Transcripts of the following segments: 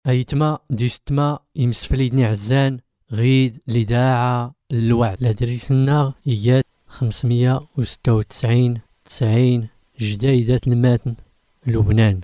أيتما ديستما يمسفليدني عزان غيد لداعة الوعد لدريسنا إياد 596 90 جديدة الماتن لبنان.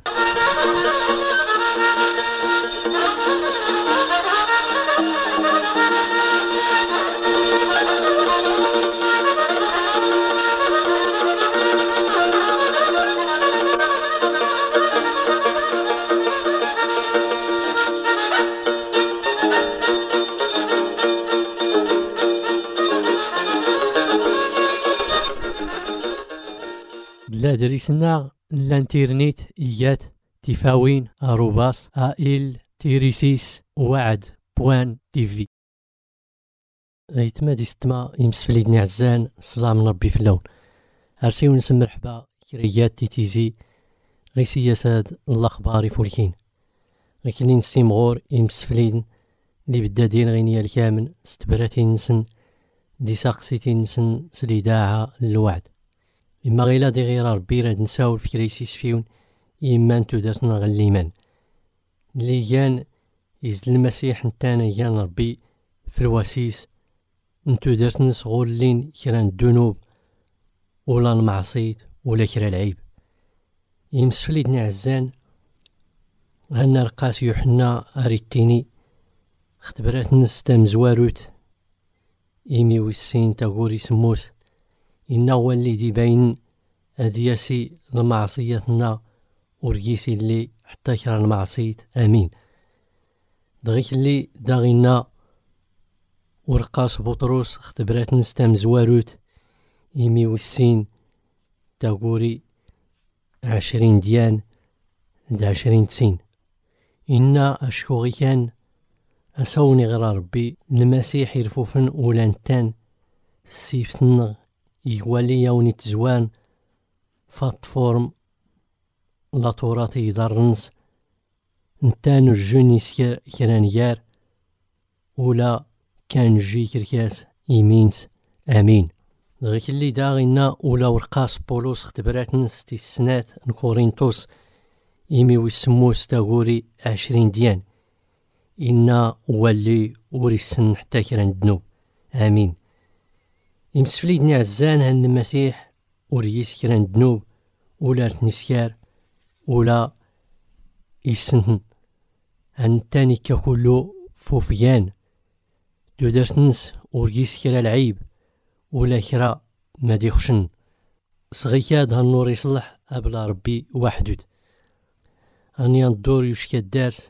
لا دريسنا الانترنت إيات تفاوين أروباس آئل تيريسيس وعد بوان تيفي. غيتما ديستما يمسفليدني عزان سلام ربي في اللون أرسيو نسم مرحبا كريات تيتيزي غي سياسات الأخبار يفولكين غيكلين السيمغور يمسفليدن اللي بدادين غينيا الكامل ستبراتين نسن دي ساقسيتين نسن سليداعة الوعد إما غيلا دي غير ربي راد نساول في كريسيس فيون إما نتو دارتنا غاليمان اللي كان يزد المسيح نتانا كان ربي في الواسيس نتو دارتنا صغور لين كران الدنوب ولا المعصيت ولا كرا العيب يمسفليدني عزان غانا رقاس يوحنا أريتيني اختبرات نس تام زواروت إيمي والسين تاغوري سموس إنا هو اللي دي باين أدياسي لمعصيتنا ورقيسي اللي حتى كرا المعصيت آمين دغيك اللي داغينا ورقاس بطروس اختبرات نستام زواروت إيمي والسين تاغوري 20 ديان د 20 تسين إنا أشكوغي كان أسوني غير ربي المسيح يرفوفن ولانتان سيفتن يوالي يوني تزوان فاتفورم لا توراتي دارنس نتانو الجونيس كرانيار ولا كان جي كركاس يمينس آمين غيك اللي داغينا ولا ورقاس بولوس اختبرات نستي السنات نكورينتوس إيمي ويسموس تاغوري 20 ديان إنا واللي وريسن حتى كران الدنوب آمين يمسفليدني عزان هن المسيح وريس كران الدنوب ولا رتنسكار ولا يسنهن هن تاني ككلو فوفيان دو دارتنس وريس كرا العيب ولا كرا ما ديخشن صغيكاد هالنور يصلح أبلا ربي وحدود أني الدور يشكى الدارس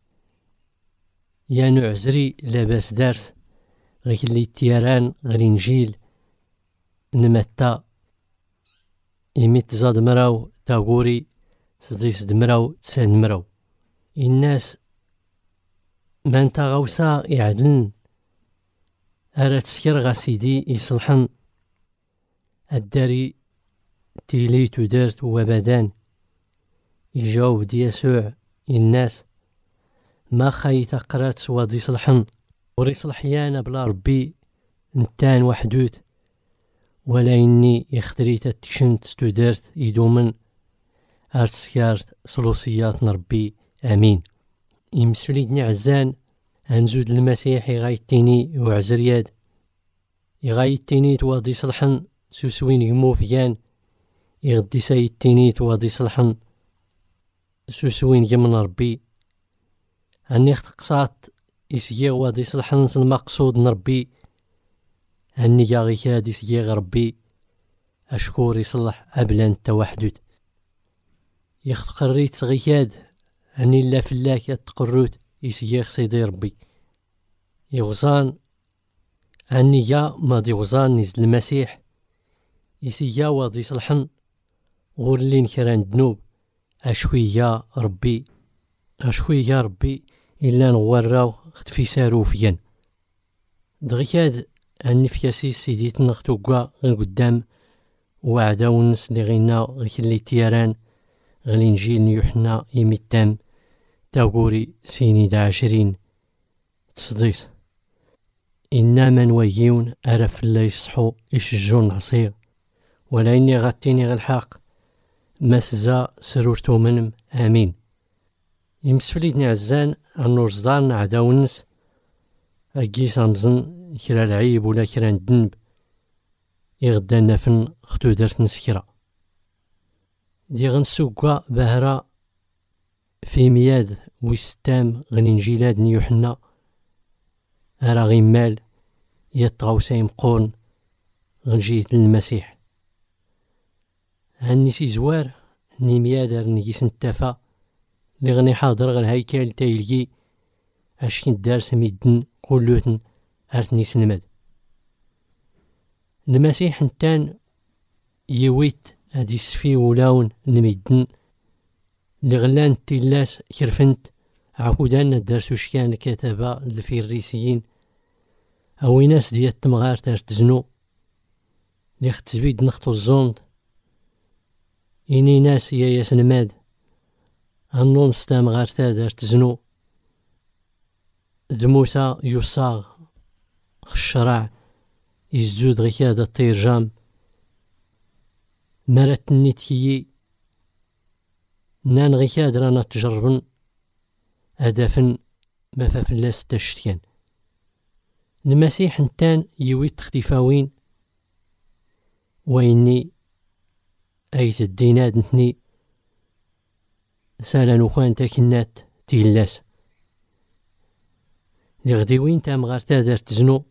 يا نعزري لاباس دارس غيك اللي تيران غير نجيل نمتا إميت زاد مراو تاغوري سديس دمراو تسان مراو الناس من تاغوسا يعدلن أرى تسكر غاسيدي يصلحن الداري تيلي تدارت وبدان يجاوب ديسوع الناس ما خاي تقرات سوا دي صلحن وريصلحيانا بلا ربي نتان وحدود ولا إني يختريت التشنت ستودرت يدومن أرسكارت صلوصيات نربي آمين يمسفليدني عزان هنزود المسيح يغايتيني وعزرياد يغايتيني توادي صلحن سوسوين يموفيان يغدي سايتيني توادي صلحن سوسوين يمن ربي هني اختقصات يسيغ وادي صلحن المقصود نربي هني ياغي كاد يسيغ ربي أشكور يصلح أبلان توحدود يختقريت صغيكاد هني لا فلاك تقروت يسيغ سيدي ربي يغزان هني يا ماضي غزان نزل المسيح يسيغ وادي صلحن غورلين كران دنوب أشوي يا ربي إلا نغوراو اختفي ساروفيان دغيكاد هني فياسيس سيديت نغتوقا غير قدام وعداو الناس اللي غينا غير اللي تيران غير الإنجيل يوحنا يميتام تاغوري سيني 20 تصديس إنا من ويون أرف لا يصحو يشجون عصير ولا إني غاتيني غير الحق مسزا سرورتو منم آمين يمسفليدني عزان أنو رزدان عداونس أكي سامزن كرا العيب ولا كرا ندنب يغدان نافن ختو درت نسكرا دي غنسوقا بهرا في مياد ويستام غننجيلاد نيوحنا أرا غيمال يطغاو سايم قورن غنجيت للمسيح هاني سي زوار ني ميادر نيس نتافا لي غني حاضر غير هيكل تايلكي اش كندار سميدن كلوتن ارتني سنمد المسيح نتان يويت هادي سفي ولاون نميدن لي غلان تيلاس كرفنت عقودان دارسو شكان كتابة الفريسيين او ناس ديال التمغار تزنو لي ختزبيد نخطو الزوند إني ناس يا سنماد النوم ستامغار تادر تزنو دموسا يصاغ خشراع يزود غيكاد الطير جام مرات نيتكي نان غيكاد رانا تجربن هدفن ما فافلاس تشتكن المسيح نتان يويت اختفاوين وإني أيت الديناد نتني سالا نوخان تاكنات تيلاس لغديوين تام غارتا دار تزنو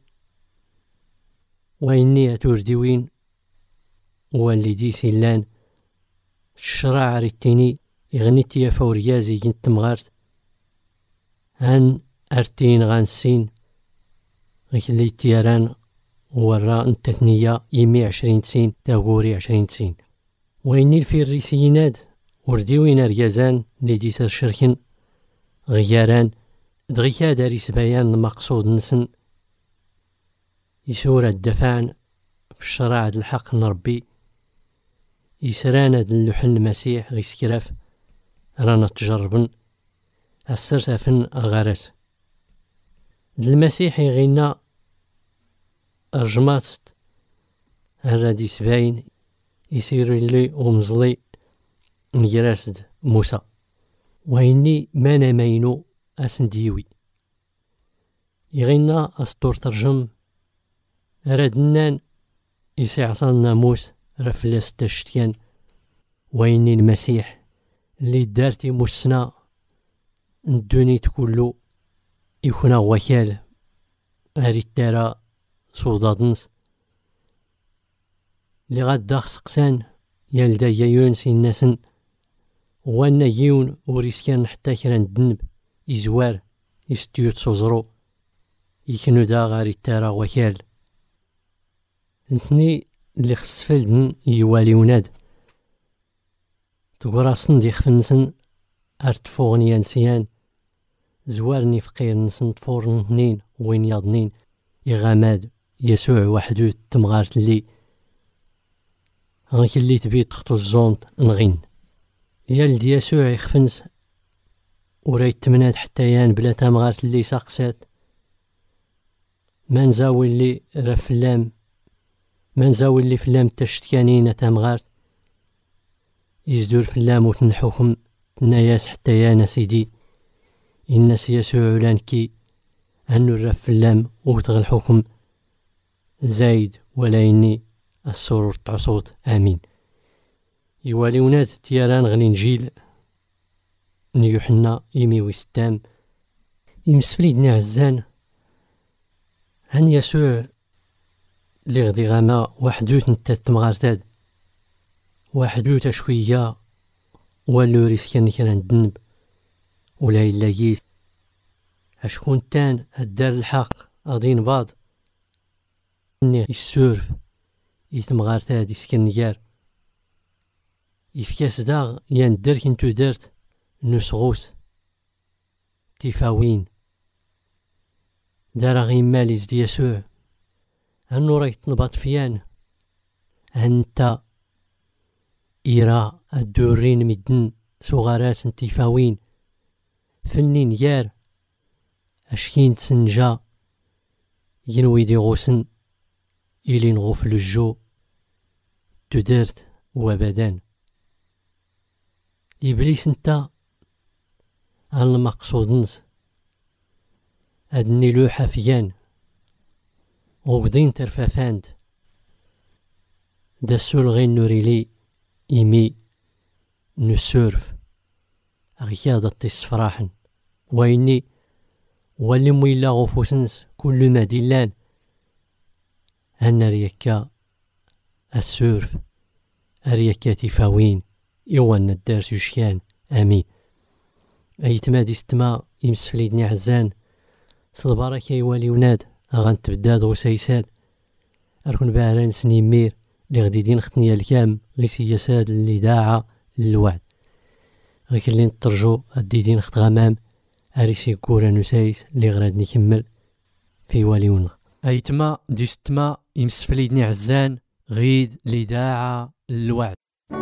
وإني أتورديوين واللي دي سيلان الشراع ريتيني يغنيتي يا فوريازي جنت مغارت هان أرتين غانسين غيكلي تياران ورا انتثنية يمي 20 سين تاغوري 20 سين وإني الفريسييناد ورديوين ريازان اللي ديسر شركن غياران دغيكا داري سبايان المقصود نسن يسورة الدفعن في الشراع الحق نربي يسرانا اللحن المسيح غيسكراف رانا تجربن السرسافن غارس المسيح يغينا أرجماتست هرادي سباين يسير لي ومزلي مجراسد موسى وإني مانا ماينو أسنديوي يغينا أسطور ترجم رادنان يسي عصان ناموس رفلاس تشتيان وإني المسيح اللي دارتي مسنا ندوني تكلو يكون وكال أريتارا صودادنس اللي غاد داخ سقسان يالدا يايون سيناسن وانا يون وريسكان حتى كران الدنب يزوار يستيوت صوزرو يكنو دا غاري تارا وكال انتني اللي خص فلدن يوالي وناد تقراسن دي خفنسن ارتفوغنيان سيان زوارني فقير نسن تفورن اثنين وين ياضنين يغاماد يسوع وحدو تمغارت اللي غاك اللي تبي تخطو الزونط نغين يالد يسوع يخفنس وريت تمنات حتى يان بلا تمغارت اللي ساقسات منزاوي اللي رفلام منزاوي اللي فلام تشتكانين تمغارت يزدور فلام وتنحوكم نياس حتى يانا سيدي الناس يسوع لانكي أنو الرفلام وتغل الحكم زايد ولا إني السرور تعصوت آمين يواليونات تياران غني نجيل نيوحنا يمي ويستام يمسفليدني عزان هن يسوع اللي غدي غاما وحدوت نتا تمغارتاد وحدوت شوية والو ريسكان كان الدنب ولا إلا يس أشكون تان الدار الحق أضين بعض إني يسورف يتمغارتاد يسكن نيار يفكاس داغ يندر كنتو درت نسغوس تيفاوين دار غيمال يزد يسوع هنو راك تنبط فيان هنتا إيرا الدورين مدن صغاراس تيفاوين فنين يار أشكين تسنجا ينوي دي غوسن إلي نغوف للجو تدرت وابدان إبليس نتا المقصود نس أدني لوحة فيان وقدين ترفافاند داسول غين نوريلي إيمي نسورف أغياد التصفراحن وإني واللي مويلا غفوسنس كل ما ديلان أنا ريكا السورف أريكا تفاوين إيوان الدارس يشكان أمي أيتما ديستما يمسفليدني عزان صلبارك يوالي وناد أغان تبداد غسيساد أركن بعران سني مير لغديدين ختنيا الكام غي سياساد اللي داعا للوعد غيك اللي نترجو الديدين خت غمام أريسي كورا نسايس اللي غراد نكمل في واليونا أيتما ديستما يمسفليدني عزان غيد اللي داعا للوعد.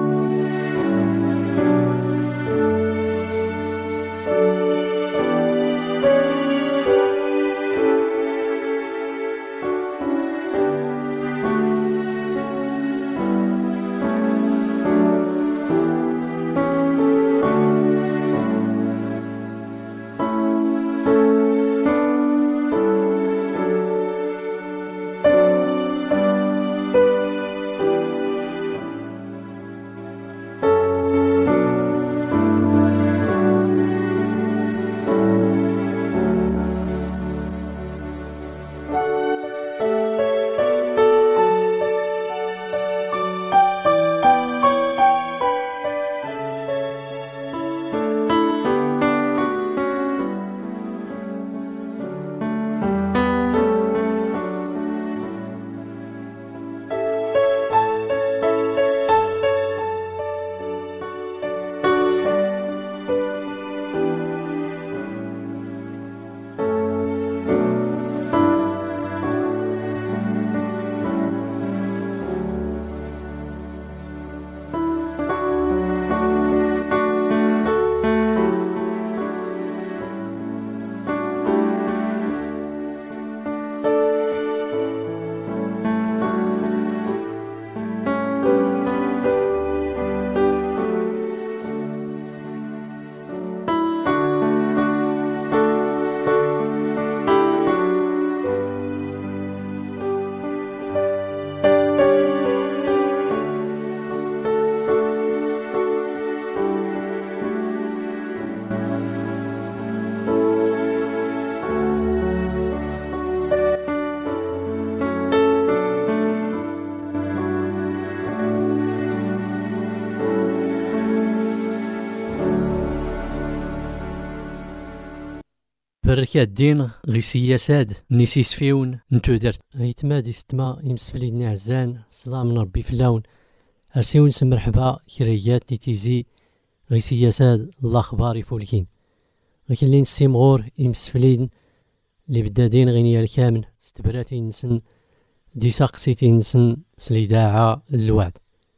بركة الدين غي سياساد نيسيس فيون نتو درت ايتما ديستما يمسفليدني عزان صلاة من ربي في اللون ارسيون نسم مرحبا كريات دي تيزي غي سياساد الله خباري فولكين غيك اللي نسيم غور يمسفليدن اللي بدادين غينيا الكامن ستبراتي نسن دي ساقسيتي نسن سليداعة الوعد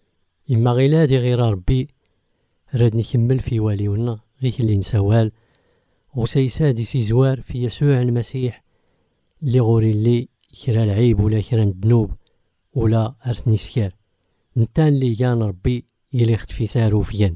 إما غير هادي غير ربي راد نكمل في واليونا غيك اللي نسوال وسيساد سيزوار في يسوع المسيح اللي غوري اللي كرا العيب ولا كرا الذنوب ولا أرثني سكار نتان اللي كان ربي يلي خت في سارو فيان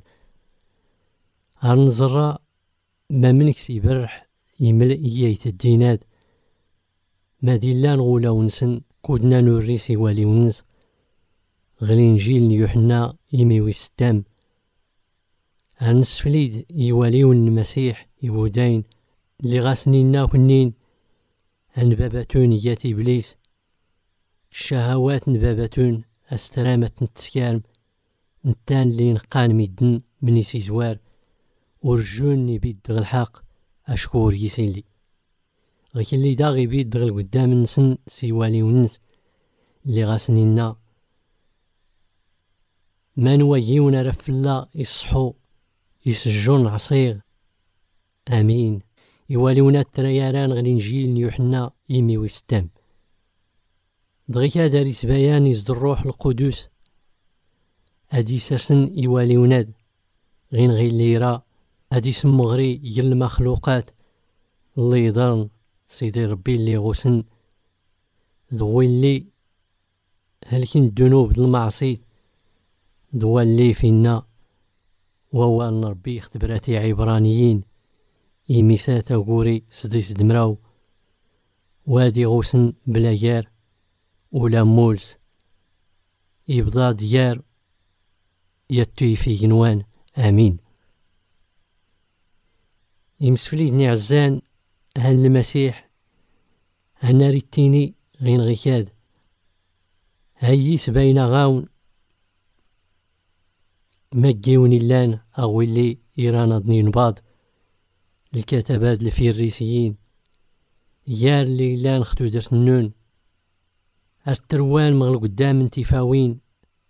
هرنزرا ما منكس يبرح يملئ إيايت الديناد ما ديلان غولا ونسن كودنا نوريسي والي ونس غلي نجيل يوحنا يميوي ستام هنسفليد يواليون المسيح يودين اللي غاسنينا كنين هنباباتون ياتي إبليس الشهوات نباباتون استرامة نتسكارم نتان اللي نقان ميدن من يسيزوار ورجوني بيد الحق أشكور يسيلي غيك اللي داغي بيد غل قدام نسن سيوالي ونس اللي غاسنينا ما نوايون رفلا يصحو يسجون عصير امين يواليونا الترياران غلي نجيل يوحنا يمي ويستام دغيكا داري سبايان يزد الروح القدس ادي سرسن يواليوناد غين غير ليرا ادي سمغري يل المخلوقات اللي يضرن سيدي ربي اللي غوسن ذوي اللي هلكين الذنوب المعصيت ذوي اللي فينا وهو أن ربي اختبراتي عبرانيين إيميسا تاغوري سديس دمراو وادي غوسن بلايار ولا مولس يبضى ديار يتوي في جنوان آمين. يمسفليدني عزان هل المسيح هنا ريتيني غين غيكاد هايس بين غاون مجيوني اللان أغولي إيران ضنين بعض الكتابات الفيريسيين يار اللي لان ختو درت النون التروان مغل قدام انتفاوين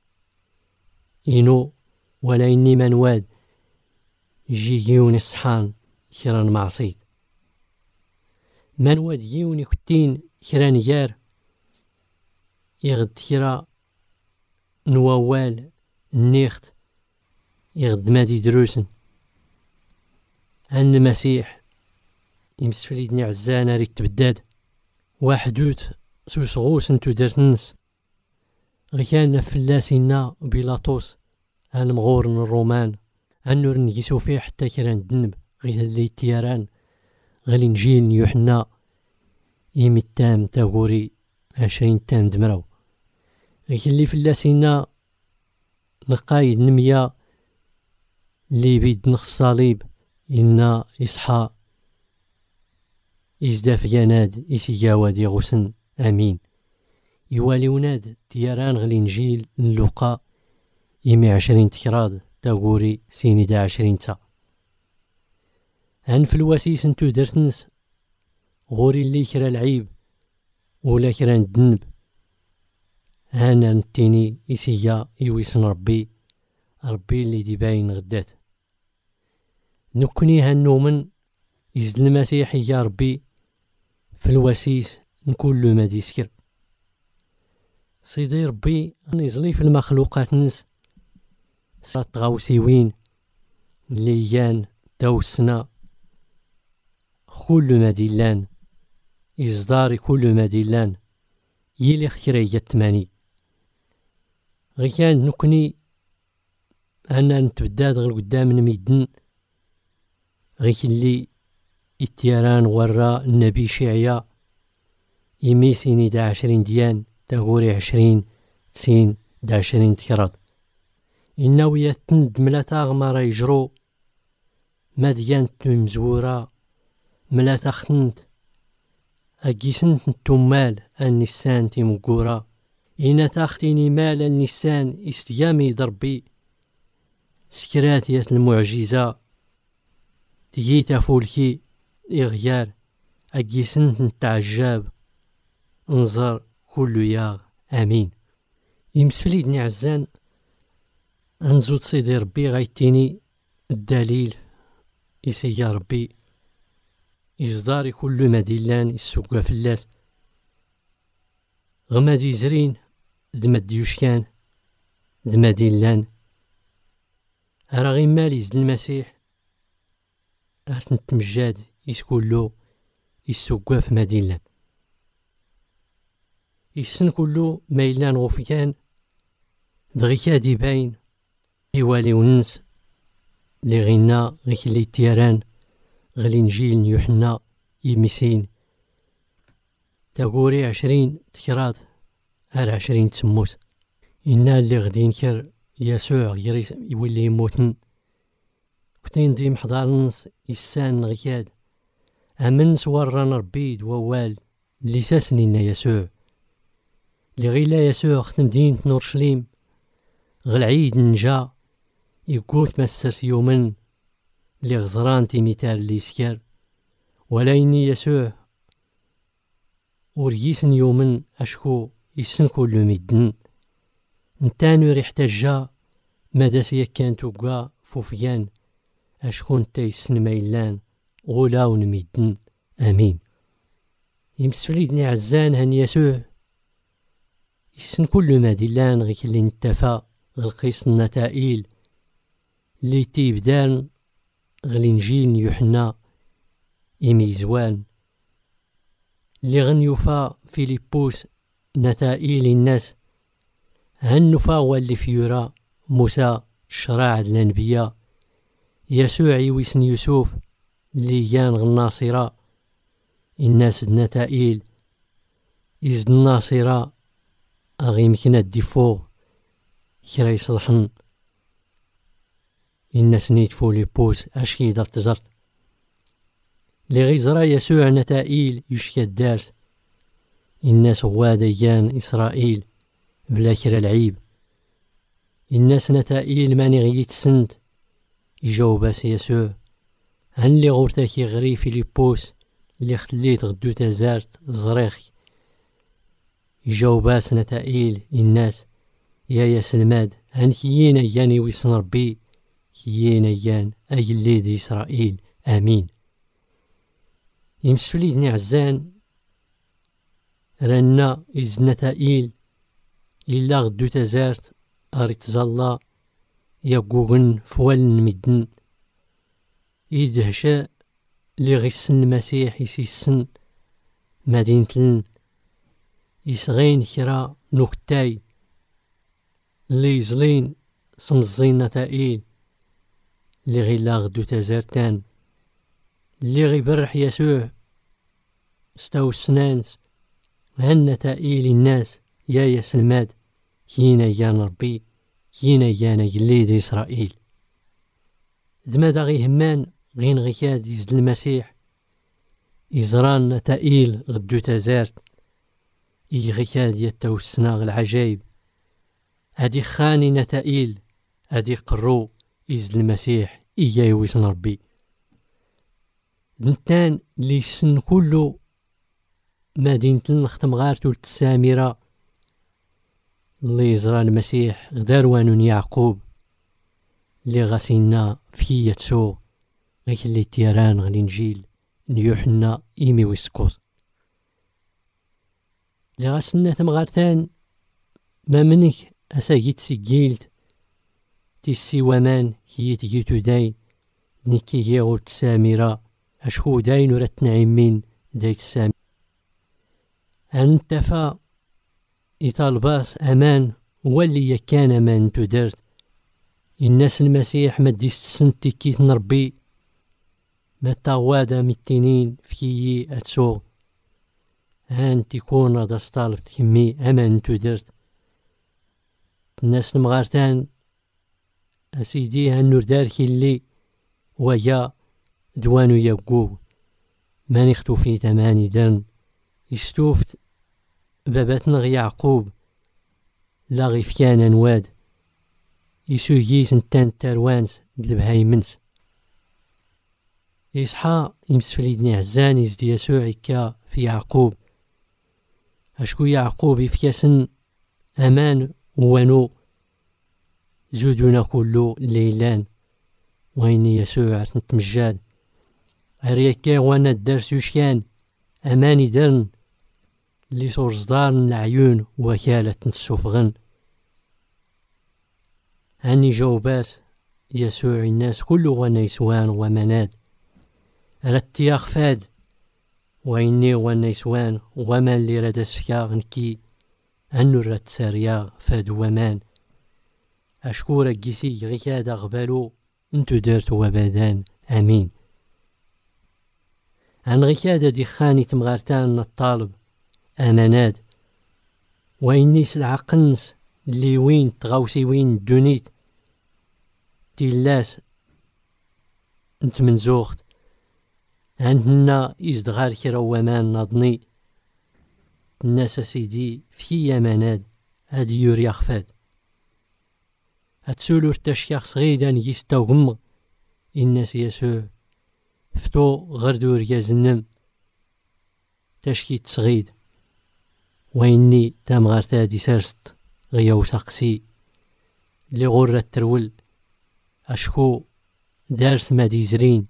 إنو ولا إني منواد جيوني الصحان كران معصيد منواد يوني كتين كران يار يغد كرا نووال النيخت يغد مادي دروسن أن المسيح يمسفليدني عزانا ريت تبداد واحدوت سوسغوس انتو درتنس غيان فلاسينا بيلاطوس المغورن الرومان أنو نجيسو فيه حتى كران الدنب غير اللي تيران غالي نجيل يوحنا يمي التام تاغوري 20 تام دمراو غير اللي فلاسينا لقايد نمية اللي بيد نخ الصليب إنا إصحى إزداف يناد إسيجاوادي غسن آمين. يوالي وناد تيران غلي نجيل نلقى يمي 20 تكراد تاغوري سيني دا 20 تا هن في الواسيس انتو درتنس غوري اللي كرا العيب ولا كرا الدنب هانا نتيني إسيجا يويسن ربي اللي دي باين غدات نكوني هالنومن يزد المسيح يا ربي في الواسيس نكون ما ديسكر سيدي ربي نزلي في المخلوقات نس صات غاوسيوين اللي يان دوسنا كل ما ديلان إصداري كل ما ديلان يلي خيري يتماني غيان نكوني أنا نتبداد غير قدام نميدن غير اللي التيران ورا النبي شيعيا يميسيني دا 20 ديان تاغوري 20 90 دا 20 تكراد إناو يتند ملا تاغمر يجرو مديان مزورا ملا تخنت أجيسنت نتومال النسان تيمقورا إنا تاختيني مال النسان استيامي ضربي سكراتية المعجزة تجيتا فولكي إغيار أجيسنت نتعجاب انظر كل ياغ آمين. يمسفليدني عزان أنزود سيدي ربي غايتيني الدليل إسي يا ربي إصداري كل مديلان السوقا فلاس غمادي زرين دمد يوشكان دمديلان أراغي مالي زد المسيح أرت نتمجاد يسكولو السوقا في مديلان السن كله ميلان غوفيان دغيكا دي باين يوالي ونس لي غينا غيك اللي تيران غلي نجيل يوحنا يمسين تاغوري 20 تكراد 20 تسموت إنا اللي غدي نكر يسوع غير يولي يموتن كنتين ديم حضار نص يسان غياد أمن سواران ربي دوال اللي ساسنينا يسوع اللي غيلا يسوع ختم دينة نورشليم غالعيد نجا يقوت مسرس يومن اللي غزران تيميتال اللي سكر ولا إني يسوع وريسن يومن أشكو يسن كل ميدن نتانو ريحتاجا مداسيا كان توقع فوفيان أشكو نتا يسن ميلان غولا ونميدن آمين. يمسفليدني عزان هن يسوع يسن كل ما ديلان غيك اللي نتفا غالقيس النتائل اللي تيبدان غالإنجيل يوحنا يميزوان اللي غنيوفا فيليبوس نتائل الناس هنفا واللي فيورا موسى شراع الأنبياء يسوع يويسن يوسف اللي يان الناصرة الناس نتائل إزد الناصرة أغي مكنا ديفو كرا يصلحن الناس نيتفو لي بوس أشكي دار تزرت لي غيزرا يسوع نتائل يشكى الدارس الناس غواديان إسرائيل بلا كرا العيب الناس نتائل ماني غيت سند يجاوباس يسوع هن لي غورتاكي غري في لي بوس اللي خليت غدو تزارت زريخ يجاوباس نتائل الناس يا سلماد هن كيين أياني ويسن ربي كيين أيان أجلي دي إسرائيل آمين يمسفليدني عزان رانا إز نتائل إلا غدو تزارت أريت زالا يقوغن فوالن مدن يدهشا لي غيسن المسيح يسيسن مدينة يسغين كرا نكتاي اللي يزلين سمزين نتائل اللي غيلا غدو تزارتان اللي غيبرح يسوع ستاو السنانس هن نتائل الناس يا سلماد كينا يان ربي كينا يانا يليد إسرائيل دمادا غي همان غين غيكاد يزد المسيح إزران نتائل غدو تزارت غيكاد يتاو السناغ العجايب هادي خاني نتائل هادي قرو يزد المسيح إيا يويسن ربي دنتان اللي السن كله مدينة نختم غارتو التسامرة اللي يزرى المسيح غداروان يعقوب اللي غاسينا في يتسو غيك اللي تيران غالينجيل نيوحنا إيمي ويسكوز اللي غاسنا تمغارتان ما منك أساقيت سجيلت تيسي ومان كيت جيتو داين نيكي جيغو التسامرة أشهو داين ورات نعيمين دايت السامرة أنتفا يطالباس أمان واللي يكان أمان تدرت الناس المسيح ما ديس سنتي كيت نربي ما تغوادا متينين فيي أتسوغ هان تيكون رضا ستالبت كمي أمان تدرت الناس المغارتان أسيدي هنور داركي اللي ويا دوانو يقو ماني اختوفي تماني درن يستوفت باباتنا غي يعقوب لا غي فكان نواد يسوجيس نتان تاروانس دلبهايمنس يصحى يمسفليدني عزان يزدي يسوع كا في يعقوب أشكو يعقوب يفكاسن أمان وانو زودونا كلو ليلان ويني يسوع نتمجال أريكا وانا الدرس يشكان أماني درن اللي صور صدار العيون وكالة السفغن هاني جاوباس يسوع الناس كله وانا يسوان ومناد رتياخ فاد ويني وانا يسوان وما اللي راد سفكا نكي أنو رات ساريا فاد ومان أشكورك جيسي غيكاد أغبالو انتو دارتو وبادان أمين عن غيكاد دي خاني تمغارتان الطالب أمانات وإني سلعقنس اللي وين تغاوسي وين دونيت تيلاس انت من زوخت عندنا إزدغار كرا ومان نضني الناس سيدي في أمانات هاد يوري أخفاد هتسولو التشيخ صغيدا يستوغم الناس يسوع فتو غردور يزنم تشكيت صغيد وإني تامغارتا دي سرست غيو ساقسي لغورة ترول أشكو دارس ما دي زرين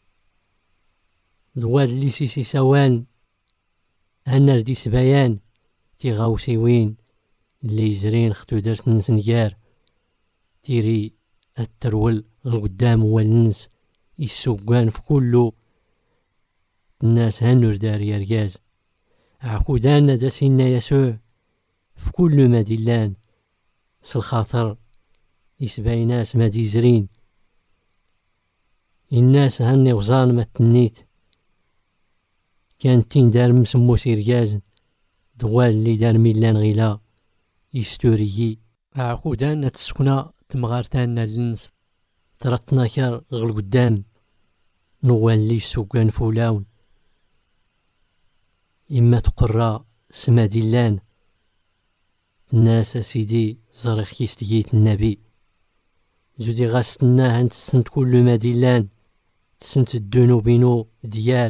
دواد اللي سيسي سوان هنر دي سبايان تي غاوسي وين اللي زرين ختو دارت نسنجار تيري الترول القدام والنس يسوقان في كله الناس هنور دار يرجاز عقودانا داسينا يسوع في كل مدلان سالخاطر يسباي ناس ما ديزرين الناس هاني غزان ما تنيت كان تين دار مسمو سيريازن دوال اللي دار ميلان غيلا يستوريي عقودان نتسكنا تمغارتان للنس ترطنا كار غل قدام نوالي سوقان فولاون إما تقرى سما ديلان الناس سيدي زريخ كيستيت النبي زودي غاستنا هانت السنت كل ما ديلان تسنت الدونو بينو ديار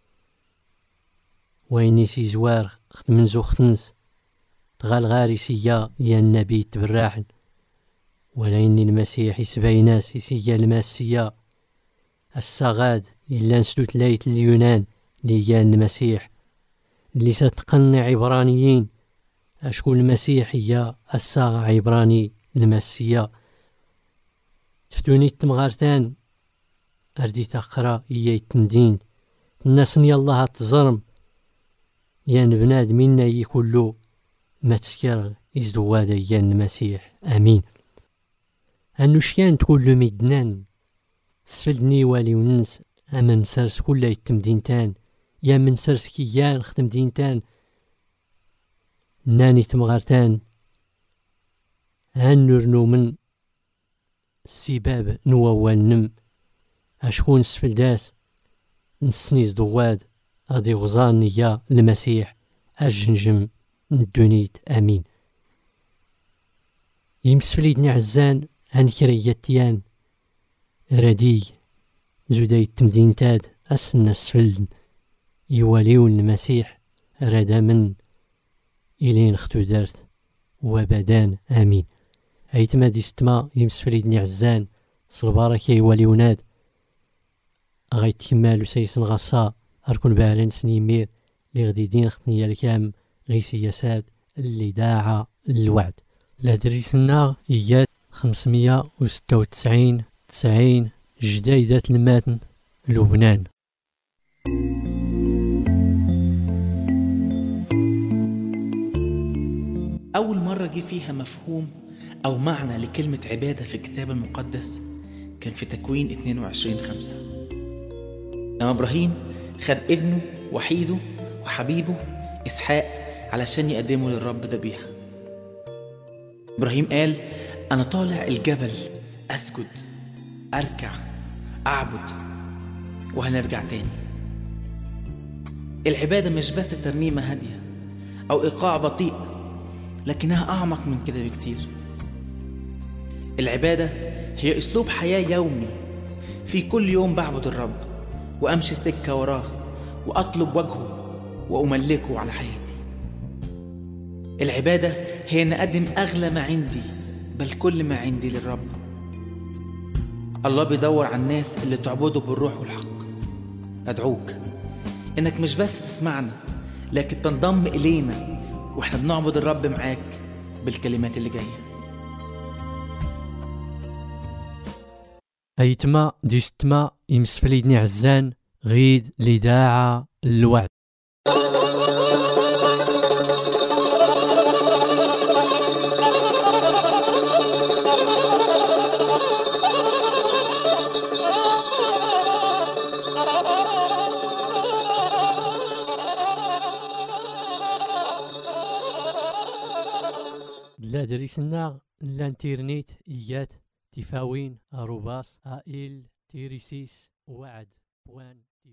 ويني سي زوار خت من زوختنس تغال غارسية يا النبي تبراحن وليني المسيح يسبيناس يسيا الماسية الصغاد إلا نسلوت لايت اليونان ليا المسيح اللي ستقنع عبرانيين أشكون المسيح هي الصاغ عبراني الماسية تفتوني التمغارتان أردي تقرا هي التمدين الناس يالله تزرم يا بناد منا يكلو ما تسكر إزدوادا يا المسيح آمين. أنوشيان تقول ميدنان سفلني والي ونس أمن سرس كل التمدينتان يا من سرس كيان ختم دينتان ناني تمغارتان هنرنو من السباب نووال نم أشكون سفل داس نسنيز دواد غادي غزان يا المسيح أجنجم ندونيت آمين. يمسفليدني عزان هنكريتيان ردي زوداي التمدينتاد أسنا سفلن يواليون المسيح ردا من إلين ختو دارت وبدان آمين. أيتما ديستما يمسفليدني عزان صلبارك يواليوناد غايت كمالو سيسن غصا أركون بعلن سنيمير اللي غدي دين ختنيا الكام غي سياسات اللي داعة الوعد لدريسنا إياد 596 90 جديدة الماتن لبنان. أول مرة جه فيها مفهوم أو معنى لكلمة عبادة في الكتاب المقدس كان في تكوين 22:5 لما إبراهيم خد ابنه وحيده وحبيبه إسحاق علشان يقدمه للرب ذبيحة. إبراهيم قال أنا طالع الجبل أسجد أركع أعبد وهنرجع تاني. العبادة مش بس ترنيمة هادية أو إيقاع بطيء، لكنها أعمق من كده بكتير. العبادة هي أسلوب حياة يومي، في كل يوم بعبد الرب وأمشي السكة وراه وأطلب وجهه وأملكه على حياتي. العبادة هي أن أقدم أغلى ما عندي بل كل ما عندي للرب. الله بيدور على الناس اللي تعبده بالروح والحق. أدعوك إنك مش بس تسمعنا لكن تنضم إلينا وإحنا بنعبد الرب معاك بالكلمات اللي جاية. أيتما ديستما يمسفليدني عزان غيد لداعة الوعد. لا دريسنا الانترنت إيات تفاوين أروباس آئل تيريسيس وعد بوان